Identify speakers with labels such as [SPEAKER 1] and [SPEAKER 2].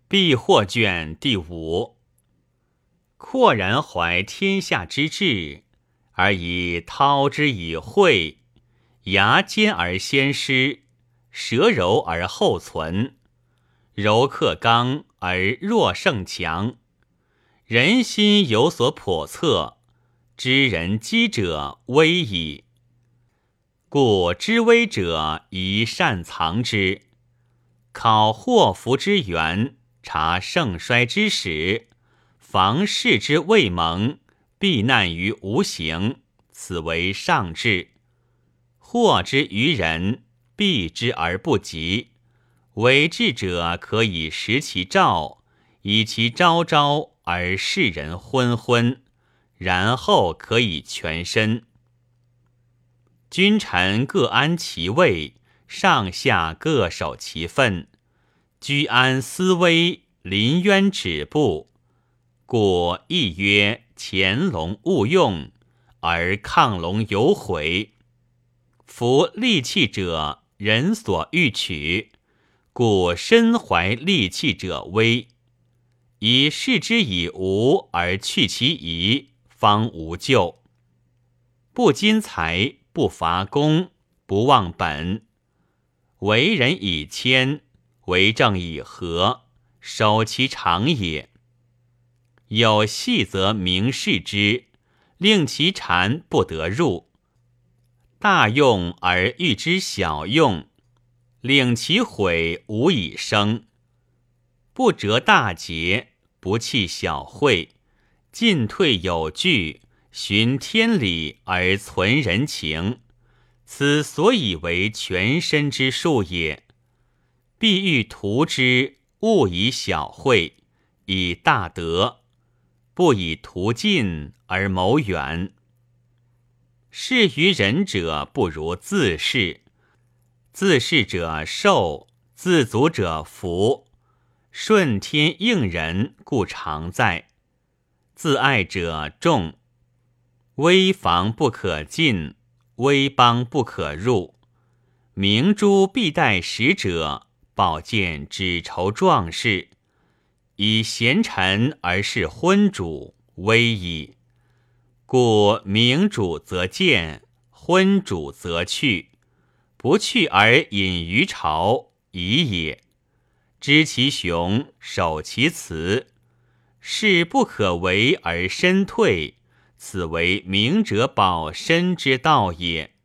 [SPEAKER 1] 避祸卷第5。阔然怀天下之志，而以韬之以晦，牙坚而先施，舌柔而后存，柔克刚而弱胜强。人心有所叵测，知人机者危矣。故知危者宜善藏之，考祸福之源，察盛衰之始，防事之未萌，避难于无形，此为上智。祸之于人，避之而不及。为智者可以识其兆，以其昭昭而世人昏昏，然后可以全身。君臣各安其位，上下各守其分，居安思危，临渊止步。故亦曰潜龙勿用，而亢龙有悔。夫利器者，人所欲取，故身怀利器者危。以视之以无而去其疑，方无救。不矜财，不伐功，不忘本。为人以谦，为政以和，守其常也。有细则明示之，令其谗不得入；大用而欲之小用，令其悔无以生。不折大节，不弃小惠，进退有据，循天理而存人情，此所以为全身之术也。必欲图之，勿以小惠，以大德，不以图近而谋远。事于人者不如自是，自是者寿，自足者福。顺天应人，故常在。自爱者众。危防不可进，危邦不可入。明珠必待使者，宝剑只酬壮士。以贤臣而事昏主，危矣。故明主则见，昏主则去，不去而隐于朝，夷也。知其雄，守其辞，事不可为而身退，此为明哲保身之道也。